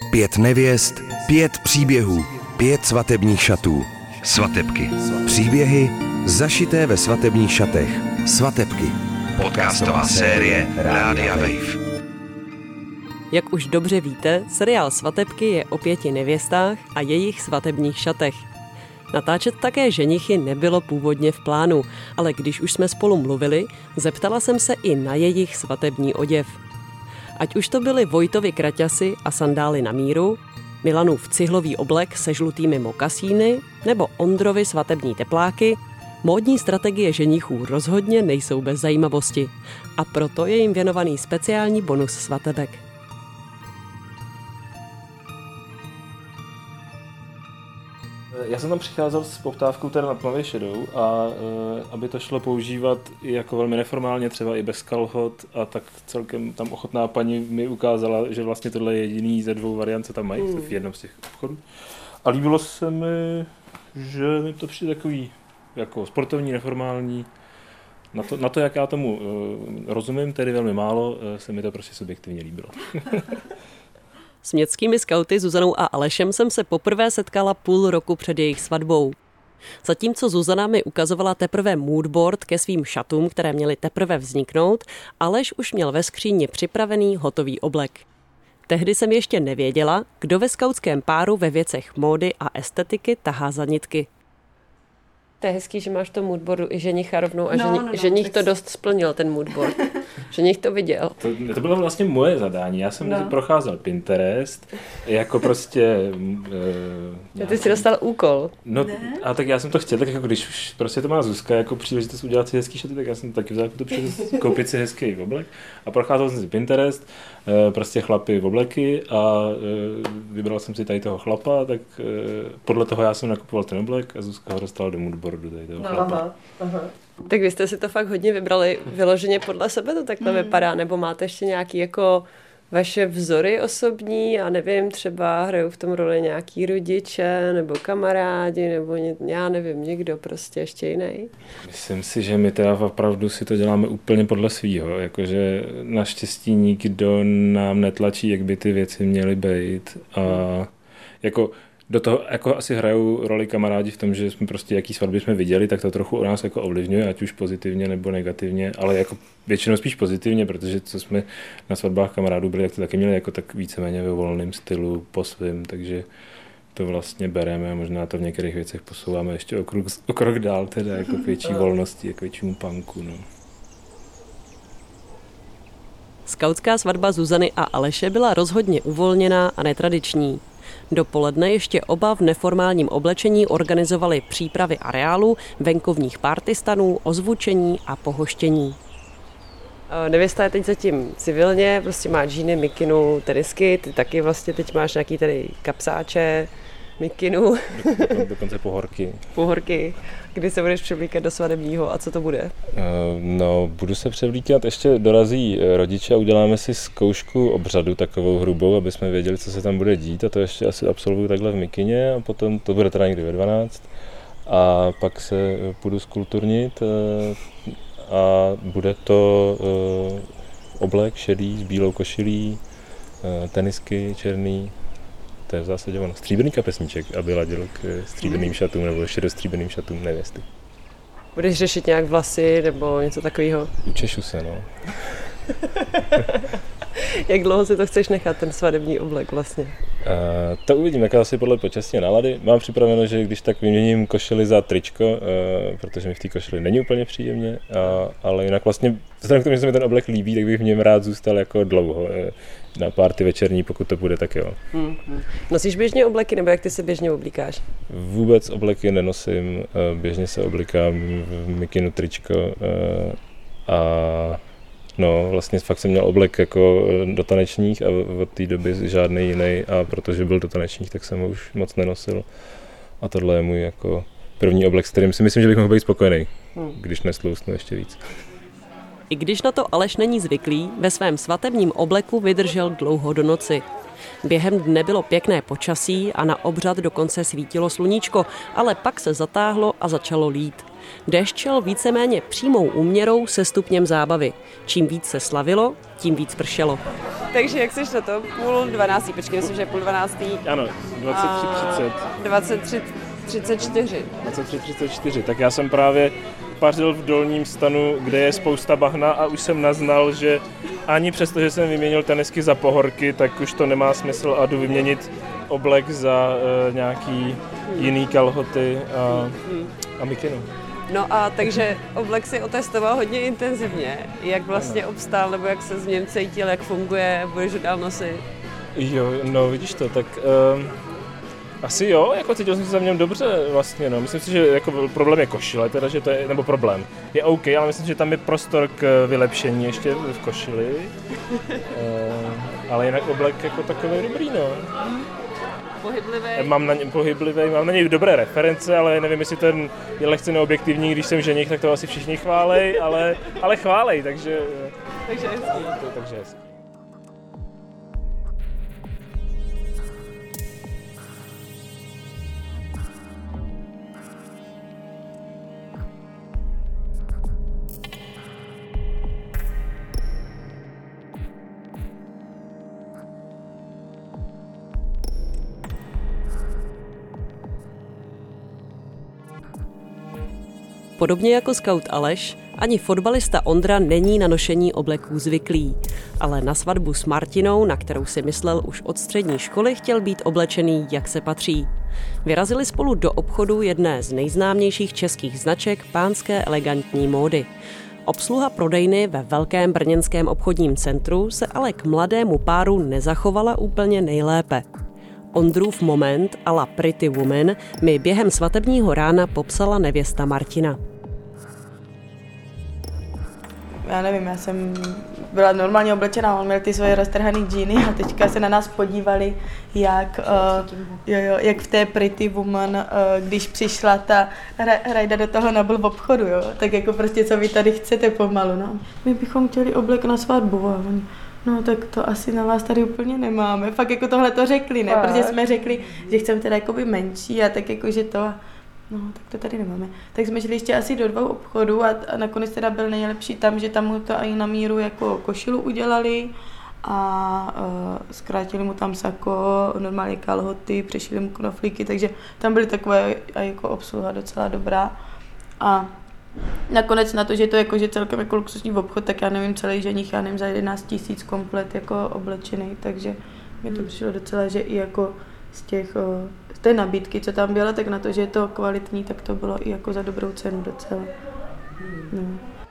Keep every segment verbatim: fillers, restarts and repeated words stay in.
Pět nevěst, pět příběhů, pět svatebních šatů. Svatebky. Příběhy zašité ve svatebních šatech. Svatebky. Podcastová série Rádia Wave. Jak už dobře víte, seriál Svatebky je o pěti nevěstách a jejich svatebních šatech. Natáčet také ženichy nebylo původně v plánu, ale když už jsme spolu mluvili, zeptala jsem se i na jejich svatební oděv. Ať už to byly Vojtovy kraťasy a sandály na míru, Milanův cihlový oblek se žlutými mokasíny nebo Ondrovy svatební tepláky, módní strategie ženichů rozhodně nejsou bez zajímavosti a proto je jim věnovaný speciální bonus svatebek. Já jsem tam přicházel s poptávkou teda na tmavě šedou a e, aby to šlo používat i jako velmi neformálně, třeba i bez kalhot, a tak celkem tam ochotná paní mi ukázala, že vlastně tohle je jediný ze dvou variant, co tam mají mm. v jednom z těch obchodů. A líbilo se mi, že mi to přijde takový jako sportovní, neformální. Na to, na to jak já tomu e, rozumím, tedy velmi málo, e, se mi to prostě subjektivně líbilo. S městskými skauty Zuzanou a Alešem jsem se poprvé setkala půl roku před jejich svatbou. Zatímco Zuzana mi ukazovala teprve moodboard ke svým šatům, které měly teprve vzniknout, Aleš už měl ve skříni připravený hotový oblek. Tehdy jsem ještě nevěděla, kdo ve skautském páru ve věcech módy a estetiky tahá za nitky. To je hezký, že máš to moodboardu i ženicha rovnou a no, ženi, no, no, ženich to dost splnil, ten moodboard. Ženich to viděl. To, to bylo vlastně moje zadání. Já jsem no. procházel Pinterest, jako prostě... Uh, ty jsi dostal úkol. No a tak já jsem to chtěl, tak jako když už prostě to má Zuzka jako příležitost udělat si hezký šaty, tak já jsem taky vzal tu příležitost koupit si hezký oblek a procházel jsem si Pinterest, uh, prostě chlapy v obleky a uh, vybral jsem si tady toho chlapa, tak uh, podle toho já jsem nakupoval ten oblek a Zuzka ho dostala do moodboardu tady toho no, chlapa. Aha, aha. Tak vy jste si to fakt hodně vybrali vyloženě podle sebe, to takhle mm. vypadá, nebo máte ještě nějaký jako vaše vzory osobní a nevím, třeba hrajou v tom roli nějaký rodiče nebo kamarádi, nebo ně, já nevím, někdo prostě ještě jiný? Myslím si, že my teda opravdu si to děláme úplně podle svýho, jakože naštěstí nikdo nám netlačí, jak by ty věci měly být a jako do toho jako asi hrajou roli kamarádi v tom, že jsme prostě jaký svatby jsme viděli, tak to trochu o nás jako ovlivňuje, ať už pozitivně nebo negativně, ale jako většinou spíš pozitivně, protože co jsme na svatbách kamarádů byli, tak to taky měli jako tak víceméně ve volném stylu po svým, takže to vlastně bereme a možná to v některých věcech posouváme ještě o krok, o krok dál, teda jako k větší volnosti, jako k většímu punku. No. Skautská svatba Zuzany a Aleše byla rozhodně uvolněná a netradiční. Dopoledne ještě oba v neformálním oblečení organizovali přípravy areálu, venkovních partystanů, ozvučení a pohoštění. Nevěsta je teď zatím civilně, prostě má džíny, mikinu, tenisky, ty taky vlastně teď máš nějaký tady kapsáče, mikinu. Do, dokonce pohorky. Pohorky. Kdy se budeš převlíkat do svadebního a co to bude? No, budu se převlíkat, ještě dorazí rodiče a uděláme si zkoušku obřadu takovou hrubou, aby jsme věděli, co se tam bude dít, a to ještě asi absolvuju takhle v mikině a potom to bude teda někdy ve dvanáct a pak se půjdu zkulturnit a bude to oblek šedý s bílou košilí, tenisky černý. To je v zásadě ono. Stříbrný kapesníček, aby ladil k stříbrným šatům nebo šedostříbrným šatům nevěsty. Budeš řešit nějak vlasy nebo něco takového? Učešu se, no. Jak dlouho si to chceš nechat, ten svadební oblek vlastně? Uh, to uvidím, jak asi podle počasí a nálady. Mám připraveno, že když tak vyměním košili za tričko, uh, protože mi v té košili není úplně příjemně, uh, ale jinak vlastně, vzhledem k tomu, že se mi ten oblek líbí, tak bych v něm rád zůstal jako dlouho. Uh, na párty večerní, pokud to bude, tak jo. Hmm, hmm. Nosíš běžně obleky, nebo jak ty se běžně oblíkáš? Vůbec obleky nenosím, uh, běžně se oblikám v mikinu tričko uh, a no, vlastně fakt jsem měl oblek jako do tanečních a od té doby žádný jiný, a protože byl do tanečních, tak jsem ho už moc nenosil. A tohle je můj jako první oblek, s kterým si myslím, že bych mohl být spokojený, hmm. když neslousnu ještě víc. I když na to Aleš není zvyklý, ve svém svatebním obleku vydržel dlouho do noci. Během dne bylo pěkné počasí a na obřad dokonce svítilo sluníčko, ale pak se zatáhlo a začalo lít. Déšť šel víceméně přímou úměrou se stupněm zábavy. Čím víc se slavilo, tím víc pršelo. Takže jak jsi na to? Půl dvanáctý, počkej, myslím, že půl dvanáctý. Ano, dvacet tři třicet. dvacet tři třicet čtyři. dvacet tři třicet čtyři, tak já jsem právě pařil v dolním stanu, kde je spousta bahna a už jsem naznal, že ani přesto, že jsem vyměnil tenisky za pohorky, tak už to nemá smysl a jdu vyměnit oblek za uh, nějaký jiný kalhoty a, a mikinu. No a takže oblek si otestoval hodně intenzivně. Jak vlastně obstál, nebo jak se z něm cítil, jak funguje, budeš ho dál nosit? Jo, no vidíš to, tak uh, asi jo, jako cítil jsem se v něm dobře vlastně, no. Myslím si, že jako problém je košile, teda, že to je, nebo problém je OK, ale myslím, že tam je prostor k vylepšení ještě v košili. uh, ale jinak oblek jako takový dobrý, no. Pohyblivý. Mám na něj pohyblivý, mám na něj dobré reference, ale nevím, jestli ten je lehce neobjektivní, když jsem ženich, tak to asi všichni chválej, ale, ale chválej, takže... Takže hezký. Takže hezký. Podobně jako skaut Aleš, ani fotbalista Ondra není na nošení obleků zvyklý. Ale na svatbu s Martinou, na kterou si myslel už od střední školy, chtěl být oblečený, jak se patří. Vyrazili spolu do obchodu jedné z nejznámějších českých značek pánské elegantní módy. Obsluha prodejny ve velkém brněnském obchodním centru se ale k mladému páru nezachovala úplně nejlépe. Ondrův moment a la Pretty Woman mi během svatebního rána popsala nevěsta Martina. Já nevím, já jsem byla normálně oblečená, on měl ty svoje roztrhaný džíny a teďka se na nás podívali, jak, uh, jo, jo, jak v té Pretty Woman, uh, když přišla ta Rajda do toho Nobl v obchodu, jo, tak jako prostě co vy tady chcete pomalu, no. My bychom chtěli oblek na svatbu a oni, no tak to asi na vás tady úplně nemáme. Fakt jako tohle to řekli, ne? Protože jsme řekli, že chceme teda jakoby menší a tak jako, že to, no tak to tady nemáme. Tak jsme šli ještě asi do dvou obchodů a, a nakonec teda byl nejlepší tam, že tam mu to i na míru jako košilu udělali a uh, zkrátili mu tam sako, normálně kalhoty, přešili mu knoflíky, takže tam byly takové jako obsluha docela dobrá. A nakonec na to, že to jako, že celkem jako luxusní obchod, tak já nevím, celý ženich, já nevím, za jedenáct tisíc komplet jako oblečený, takže mi to přišlo docela, že i jako z těch, z té nabídky, co tam byla, tak na to, že je to kvalitní, tak to bylo i jako za dobrou cenu docela. No.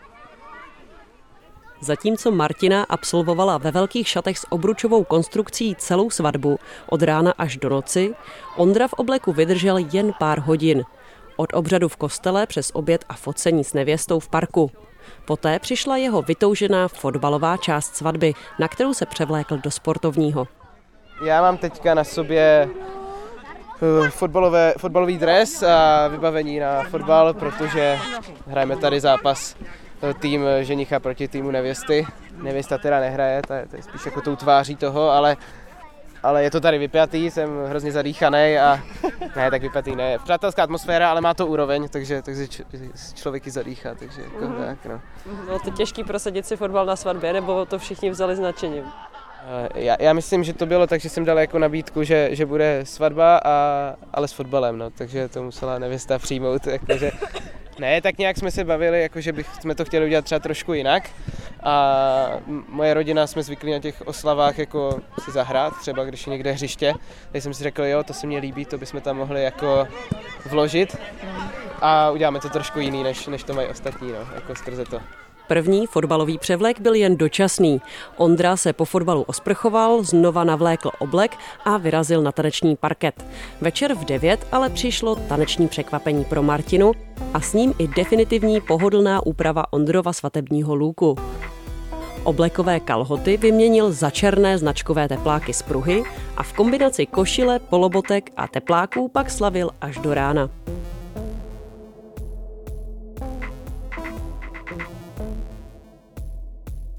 Zatímco Martina absolvovala ve velkých šatech s obručovou konstrukcí celou svatbu od rána až do noci, Ondra v obleku vydržel jen pár hodin. Od obřadu v kostele přes oběd a focení s nevěstou v parku. Poté přišla jeho vytoužená fotbalová část svatby, na kterou se převlékl do sportovního. Já mám teďka na sobě fotbalové, fotbalový dres a vybavení na fotbal, protože hrajeme tady zápas tým ženicha proti týmu nevěsty. Nevěsta teda nehraje, to je, to je spíš jako tou tváří toho, ale Ale je to tady vypjatý, jsem hrozně zadýchaný a ne, tak vypjatý ne. Přátelská atmosféra, ale má to úroveň, takže, takže č- člověk i zadýchá, takže jako mm-hmm. tak, no. Bylo to těžký prosadit si fotbal na svatbě, nebo to všichni vzali s nadšením? Já, já myslím, že to bylo tak, že jsem dal jako nabídku, že, že bude svatba, a, ale s fotbalem, no, takže to musela nevěsta přijmout, jakože ne, tak nějak jsme se bavili, jakože bychom to chtěli udělat třeba trošku jinak. A moje rodina jsme zvyklí na těch oslavách jako si zahrát, třeba když je někde hřiště. Tak jsem si řekl, jo, to se mně líbí, to bychom tam mohli jako vložit. A uděláme to trošku jiný, než, než to mají ostatní, no, jako skrze to. První fotbalový převlek byl jen dočasný. Ondra se po fotbalu osprchoval, znova navlékl oblek a vyrazil na taneční parket. Večer v devět ale přišlo taneční překvapení pro Martinu a s ním i definitivní pohodlná úprava Ondrova svatebního looku. Oblekové kalhoty vyměnil za černé značkové tepláky z pruhy a v kombinaci košile, polobotek a tepláků pak slavil až do rána.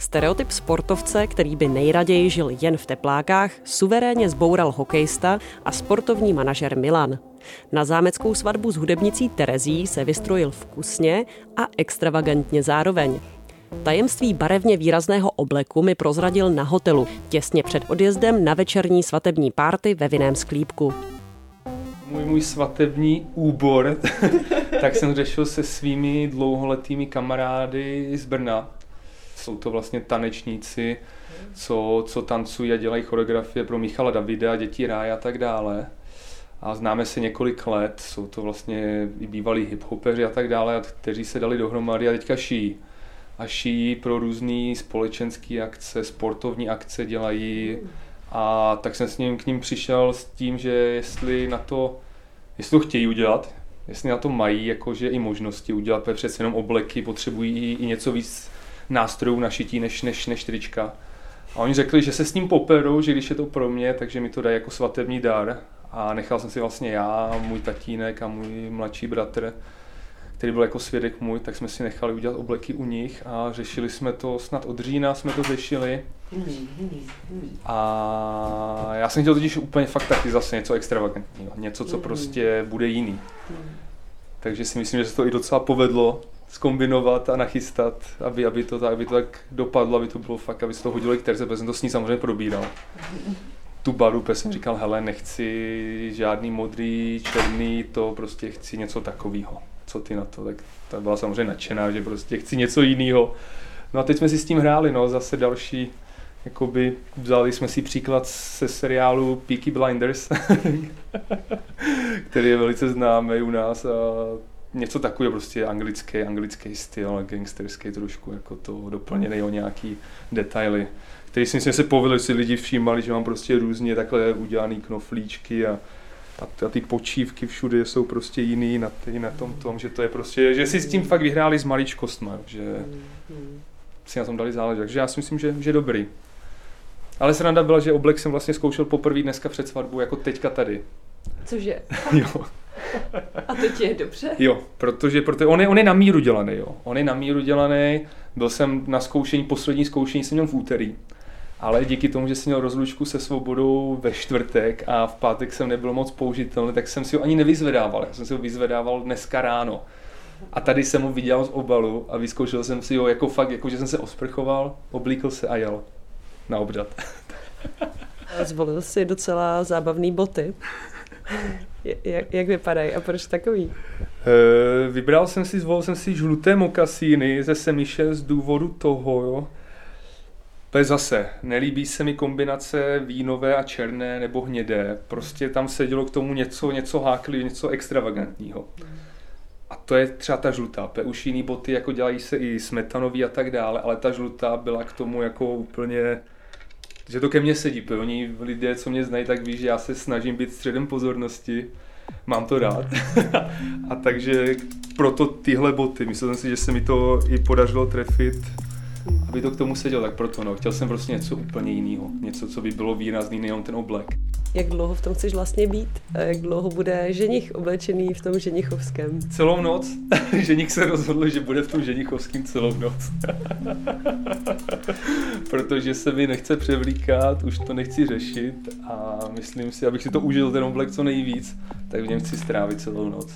Stereotyp sportovce, který by nejraději žil jen v teplákách, suverénně zboural hokejista a sportovní manažer Milan. Na zámeckou svatbu s hudebnicí Terezí se vystrojil vkusně a extravagantně zároveň. Tajemství barevně výrazného obleku mi prozradil na hotelu, těsně před odjezdem na večerní svatební párty ve vinném sklípku. Můj, můj svatební úbor, tak jsem řešil se svými dlouholetými kamarády z Brna. Jsou to vlastně tanečníci, co, co tancují a dělají choreografie pro Michala Davida, Děti ráje a tak dále. A známe se několik let, jsou to vlastně i bývalí hiphopeři a tak dále, kteří se dali dohromady a teďka šijí. A šijí pro různé společenské akce, sportovní akce dělají. A tak jsem s ním k ním přišel s tím, že jestli na to, jestli to chtějí udělat, jestli na to mají jakože i možnosti udělat, protože přece jenom obleky potřebují i něco víc nástrojů na šití než, než, než trička. A oni řekli, že se s ním poperou, že když je to pro mě, takže mi to dají jako svatební dar. A nechal jsem si vlastně já, můj tatínek a můj mladší bratr, který byl jako svědek můj, tak jsme si nechali udělat obleky u nich a řešili jsme to snad od října, jsme to řešili. A já jsem chtěl totiž úplně fakt taky zase něco extravagantního, něco, co prostě bude jiný. Takže si myslím, že se to i docela povedlo zkombinovat a nachystat, aby, aby, to, aby to tak dopadlo, aby to bylo fakt, aby se to hodilo i k Terze, protože jsem to s ní samozřejmě probíral. Tu baru, protože jsem říkal, hele, nechci žádný modrý, černý, to prostě chci něco takového. Co ty na to? Tak ta byla samozřejmě nadšená, že prostě chci něco jiného. No a teď jsme si s tím hráli, no, zase další, jakoby vzali jsme si příklad ze seriálu Peaky Blinders, který je velice známý u nás a něco takového, prostě anglický, anglický styl, gangsterský trošku, jako to doplněný o nějaký detaily, který si myslím, že se povedlo, že si lidi všímali, že mám prostě různě takhle udělaný knoflíčky a a ty počívky všude jsou prostě jiný na, tý, na tom tom, že to je prostě, že si s tím fakt vyhráli s maličkostma, že si na tom dali záležet, takže já si myslím, že, že dobrý. Ale sranda byla, že oblek jsem vlastně zkoušel poprvé dneska před svatbou, jako teďka tady. Cože? Jo. A teď je dobře? Jo, protože, protože on, je, on je na míru dělaný, jo. On je na míru dělaný, byl jsem na zkoušení, poslední zkoušení jsem měl v úterý. Ale díky tomu, že jsem měl rozlučku se Svobodou ve čtvrtek a v pátek jsem nebyl moc použitelný, tak jsem si ho ani nevyzvedával. Já jsem si ho vyzvedával dneska ráno. A tady jsem ho viděl z obalu a vyzkoušel jsem si ho jako fakt, jako že jsem se osprchoval, oblíkl se a jel na obřad. Zvolil si docela zábavný boty. Jak, jak vypadají a proč takový? E, vybral jsem si, zvolil jsem si žluté mokasíny ze Semiše z důvodu toho, jo. To zase, nelíbí se mi kombinace vínové a černé nebo hnědé. Prostě tam sedělo k tomu něco, něco háklivého, něco extravagantního. A to je třeba ta žlutá. Už jiný boty jako dělají se i smetanový a tak dále, ale ta žlutá byla k tomu jako úplně, že to ke mně sedí. Oni lidé, co mě znají, tak ví, že já se snažím být středem pozornosti. Mám to rád. A takže proto tyhle boty. Myslel jsem si, že se mi to i podařilo trefit, aby to k tomu sedělo, tak proto no. Chtěl jsem prostě něco úplně jiného. Něco, co by bylo výrazný, nejenom ten oblek. Jak dlouho v tom chceš vlastně být? A jak dlouho bude ženich oblečený v tom ženichovském? Celou noc. Ženich se rozhodl, že bude v tom ženichovském celou noc. Protože se mi nechce převlíkat, už to nechci řešit a myslím si, abych si to užil ten oblek co nejvíc, tak v něm chci strávit celou noc.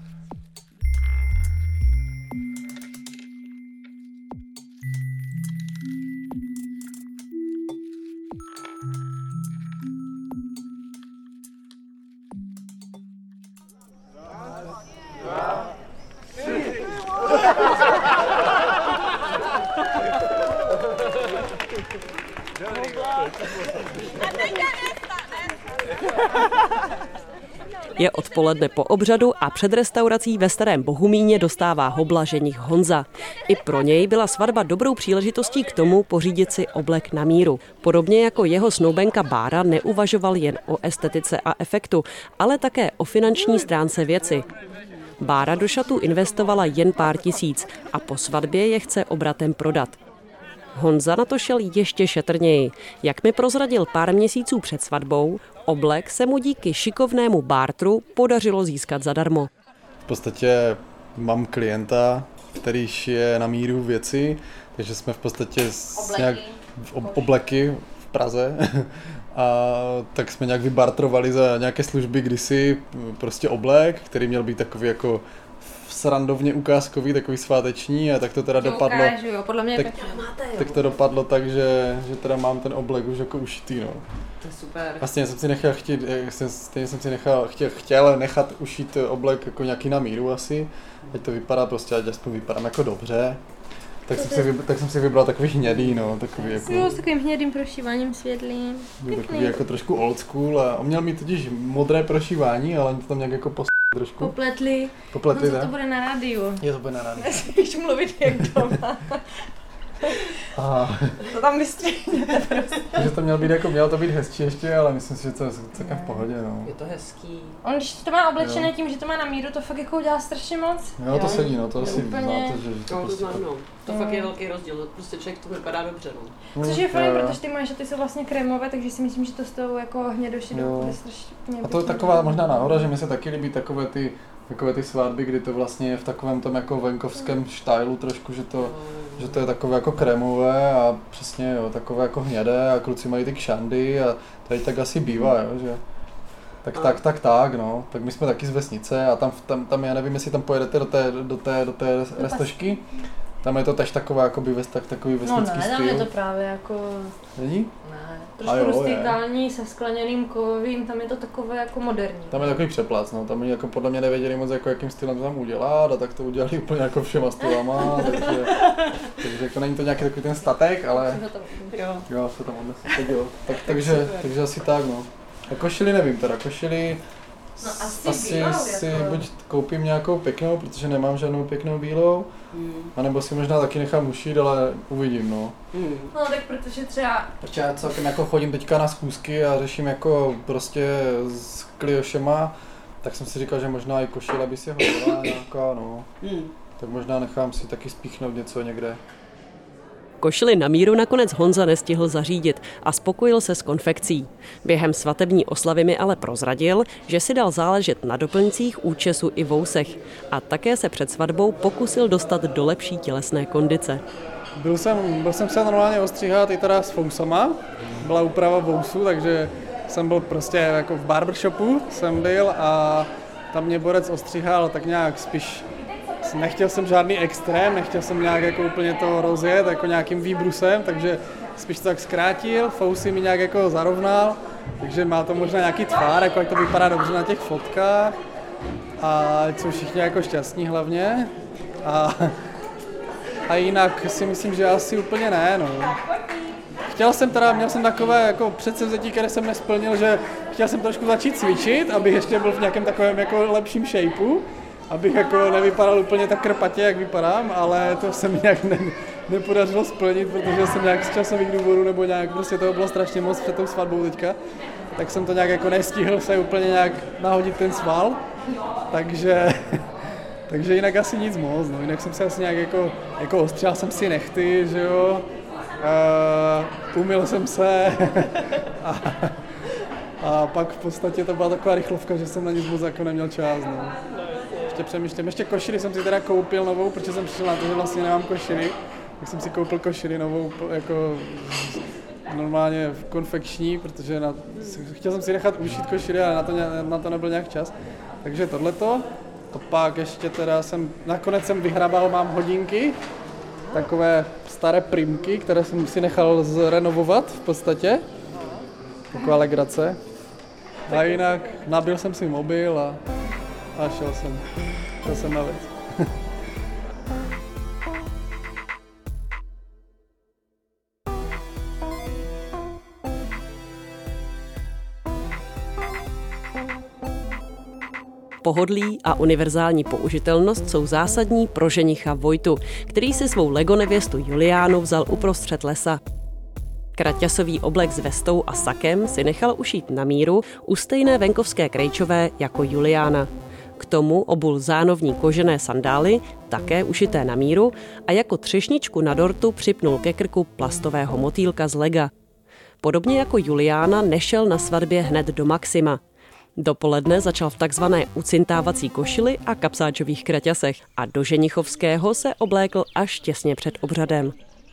Je odpoledne po obřadu a před restaurací ve Starém Bohumíně dostává hobla ženich Honza. I pro něj byla svatba dobrou příležitostí k tomu pořídit si oblek na míru. Podobně jako jeho snoubenka Bára neuvažoval jen o estetice a efektu, ale také o finanční stránce věci. Bára do šatů investovala jen pár tisíc a po svatbě je chce obratem prodat. Honza na to šel ještě šetrněji. Jak mi prozradil pár měsíců před svatbou, oblek se mu díky šikovnému bártru podařilo získat zadarmo. V podstatě mám klienta, který šije na míru věci takže jsme v podstatě s nějak v ob- obleky v Praze a tak jsme nějak vybartrovali za nějaké služby kdysi prostě oblek, který měl být takový jako srandovně ukázkový, takový sváteční a tak to teda dopadlo. Ukážu, jo, podle mě tak, máte, jo. tak to dopadlo tak, že, že teda mám ten oblek už jako ušitý, no. To je super. Vlastně jsem si nechal chtít, stejně jsem si nechal, chtěl, chtěl nechat ušít oblek jako nějaký na míru asi, ať to vypadá prostě, ať aspoň vypadám jako dobře. Tak jsem, si vybral, tak jsem si vybral takový hnědý, no, takový jako... Jo, s takovým hnědým prošíváním světlým. Takový jako trošku old school a on měl mít totiž modré prošívání, ale oni to tam nějak jako pos... trošku. Popletli. Popletli, no to, to bude na rádiu. Je to bude na rádiu. Nesmíš mluvit jak doma. Aha. To tam vystříhněte prostě. Takže to mělo být jako, mělo to být hezčí ještě, ale myslím si, že to je celkem v pohodě, no. Je to hezký. On, když to má oblečené tím, že to má na míru, to fakt jako udělá strašně moc. Jo, to sedí, no, to asi úplně... znáte, že, že to no, to prostě... znám, no. To mm. fakt je velký rozdíl, prostě člověk to vypadá dobře, no. Což je fajn, protože ty moje šaty jsou vlastně krémové, takže si myslím, že to s tou jako hnědošedou bude strašně... A to je taková možná náhoda, že mi se taky líbí takové ty, takové ty svatby, kdy to vlastně je v takovém tom jako venkovském štajlu trošku, že to, že to je takové jako krémové a přesně jo, takové jako hnědé a kluci mají ty kšandy a tady tak asi bývá, jo, že... Tak, tak, tak, tak, no. Tak my jsme taky z vesnice a tam, tam, tam já nevím, jestli tam pojedete do té, do té, do té restošky. Tam je to tež takové, jakoby ves, tak, takový vesnický styl. No ne, tam je to právě jako... Není? Ne, trošku rustikální se skleněným kovovým, tam je to takové jako moderní. Tam je takový přeplac, no. Tam oni jako podle mě nevěděli moc, jako, jakým stylem to tam udělat a tak to udělali úplně jako všema stylama, takže, takže jako není to nějaký takový ten statek, ale... Jo. Jo, se tam odnesl, tak, takže, takže asi tak, no. A košili nevím teda, košili no, asi, asi bílou, si jako... buď koupím nějakou pěknou, protože nemám žádnou pěknou bílou, mm. anebo si možná taky nechám ušít, ale uvidím, no. Mm. No tak protože třeba... Protože já celkem jako chodím teďka na schůzky a řeším jako prostě s kliošema, tak jsem si říkal, že možná i košile by si hodila nějaká, no. Mm. Tak možná nechám si taky spíchnout něco někde. Košili na míru nakonec Honza nestihl zařídit a spokojil se s konfekcí. Během svatební oslavy mi ale prozradil, že si dal záležet na doplňcích, účesu i vousech a také se před svatbou pokusil dostat do lepší tělesné kondice. Byl jsem, byl jsem se normálně ostříhat i teda s fousama, byla úprava vousů, takže jsem byl prostě jako v barbershopu jsem byl a tam mě borec ostříhal tak nějak spíš. Nechtěl jsem žádný extrém, nechtěl jsem nějak jako úplně to rozjet jako nějakým výbrusem, takže spíš to tak zkrátil, fousy mi nějak jako zarovnal, takže má to možná nějaký tvár, jako jak to vypadá dobře na těch fotkách a jsou všichni jako šťastní hlavně a, a jinak si myslím, že asi úplně ne, no. Chtěl jsem teda, měl jsem takové jako předsevzetí, které jsem nesplnil, že chtěl jsem trošku začít cvičit, abych ještě byl v nějakém takovém jako lepším shapeu. Abych jako nevypadal úplně tak krpatě, jak vypadám, ale to se mi nějak ne, nepodařilo splnit, protože jsem nějak z časových důvodů, nebo nějak prostě toho bylo strašně moc před tou svatbou teďka, tak jsem to nějak jako nestihl se úplně nějak nahodit ten sval, takže, takže jinak asi nic moc, no, jinak jsem se asi nějak jako, jako ostřel jsem si nechty, že jo, uh, umyl jsem se a, a pak v podstatě to byla taková rychlovka, že jsem na nic moc jako neměl čas, no. Ještě přemýšlím, ještě košili jsem si teda koupil novou, protože jsem přišel na to, že vlastně nemám košili, tak jsem si koupil košili novou, jako normálně konfekční, protože na, chtěl jsem si nechat ušít košili, ale na to, na to nebyl nějak čas. Takže tohleto, to pak ještě teda jsem, nakonec jsem vyhrabal, mám hodinky, takové staré primky, které jsem si nechal zrenovovat v podstatě, taková legrace. A jinak nabil jsem si mobil a A šel jsem, šel jsem na věc. Pohodlí a univerzální použitelnost jsou zásadní pro ženicha Vojtu, který si svou Lego nevěstu Juliánu vzal uprostřed lesa. Kraťasový oblek s vestou a sakem si nechal ušít na míru u stejné venkovské krejčové jako Juliána. K tomu obul zánovní kožené sandály, také ušité na míru, a jako třešničku na dortu připnul ke krku plastového motýlka z lega. Podobně jako Juliána nešel na svatbě hned do maxima. Dopoledne začal v takzvané ucintávací košili a kapsáčových kraťasech a do ženichovského se oblékl až těsně před obřadem.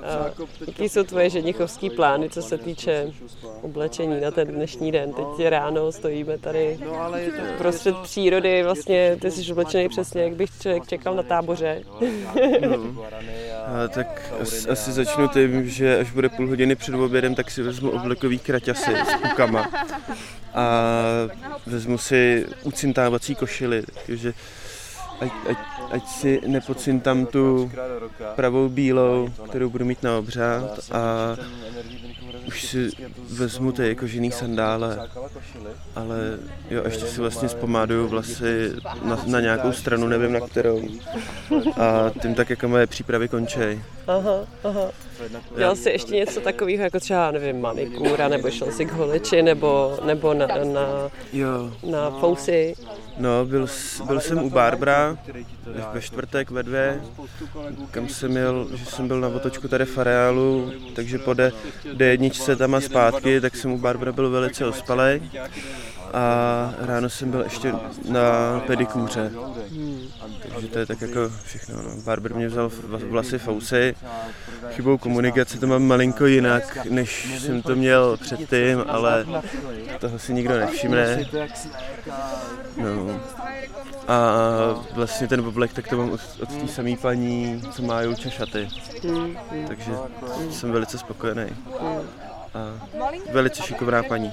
Jaký jsou tvoje ženichovský plány, co se týče oblečení na ten dnešní den? Teď ráno stojíme tady prostřed přírody, vlastně ty jsi oblečený přesně, jak bych člověk čekal na táboře. No. A tak asi, asi začnu tím, že až bude půl hodiny před obědem, tak si vezmu oblekový kraťasy s pukama a vezmu si ucintávací košily, takže ať, ať, ať si nepocintám tu pravou bílou, kterou budu mít na obřád, a už si vezmu ty kožený sandále, ale jo, ještě si vlastně zpomáduju vlasy na, na nějakou stranu, nevím na kterou, a tím tak jako moje přípravy končí. Aha, aha. Dělal jsi ještě něco takového, jako třeba, nevím, manikúra, nebo šel jsi k holiči, nebo, nebo na, na, na fousy? No, byl, byl jsem u Barbara ve čtvrtek ve dvě, kam jsem jel, že jsem byl na otočku tady v areálu, takže po D jedničce tam a zpátky, tak jsem u Barbara byl velice ospalej. A ráno jsem byl ještě na pedikůře, takže to je tak jako všechno. No. Barber mě vzal vlasy, fousy, chybou komunikace to mám malinko jinak, než jsem to měl předtím, ale toho si nikdo nevšimne. No. A vlastně ten oblek, tak to mám od, od té samé paní, co má Julča šaty, takže jsem velice spokojený. A velice šikovná paní.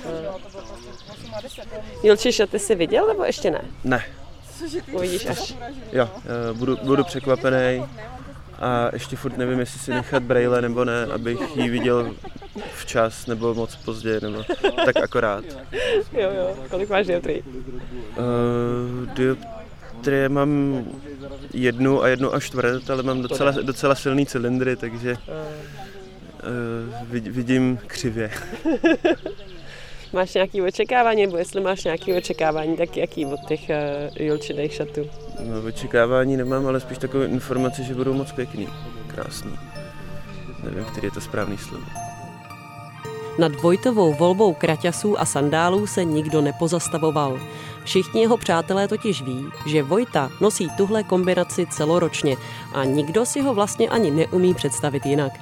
Julči šaty jsi viděl, nebo ještě ne? Ne. Uvidíš až. Jo, budu, budu překvapený a ještě furt nevím, jestli si nechat brejle nebo ne, abych ji viděl včas nebo moc pozdě, nebo tak akorát. Jo, jo. Kolik máš dioptrií? Uh, dioptrie mám jednu a jednu a čtvrt, ale mám docela, docela silný cylindry, takže uh, vidím křivě. Máš nějaké očekávání, nebo jestli máš nějaké očekávání, tak jaký od těch uh, Julčiných šatů? No, očekávání nemám, ale spíš takovou informaci, že budou moc pěkný, krásný. Nevím, který je to správný slovo. Nad Vojtovou volbou kraťasů a sandálů se nikdo nepozastavoval. Všichni jeho přátelé totiž ví, že Vojta nosí tuhle kombinaci celoročně a nikdo si ho vlastně ani neumí představit jinak.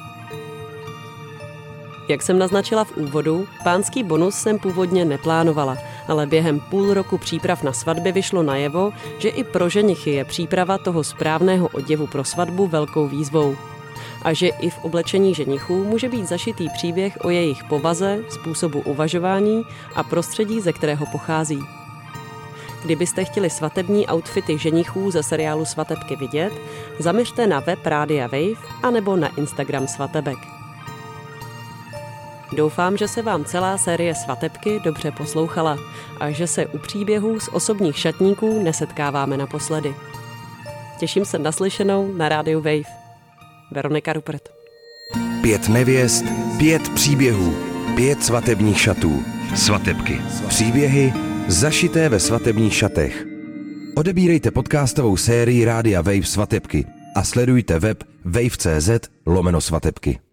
Jak jsem naznačila v úvodu, pánský bonus jsem původně neplánovala, ale během půl roku příprav na svatby vyšlo najevo, že i pro ženichy je příprava toho správného oděvu pro svatbu velkou výzvou. A že i v oblečení ženichů může být zašitý příběh o jejich povaze, způsobu uvažování a prostředí, ze kterého pochází. Kdybyste chtěli svatební outfity ženichů ze seriálu Svatebky vidět, zaměřte na web Rádia Wave anebo na Instagram Svatebek. Doufám, že se vám celá série Svatebky dobře poslouchala a že se u příběhů z osobních šatníků nesetkáváme naposledy. Těším se na slyšenou na rádiu Wave. Veronika Rupert. Pět nevěst, pět příběhů, pět svatebních šatů. Svatebky. Příběhy zašité ve svatebních šatech. Odebírejte podcastovou sérii Rádia Wave Svatebky a sledujte web wave tečka cz lomeno svatebky.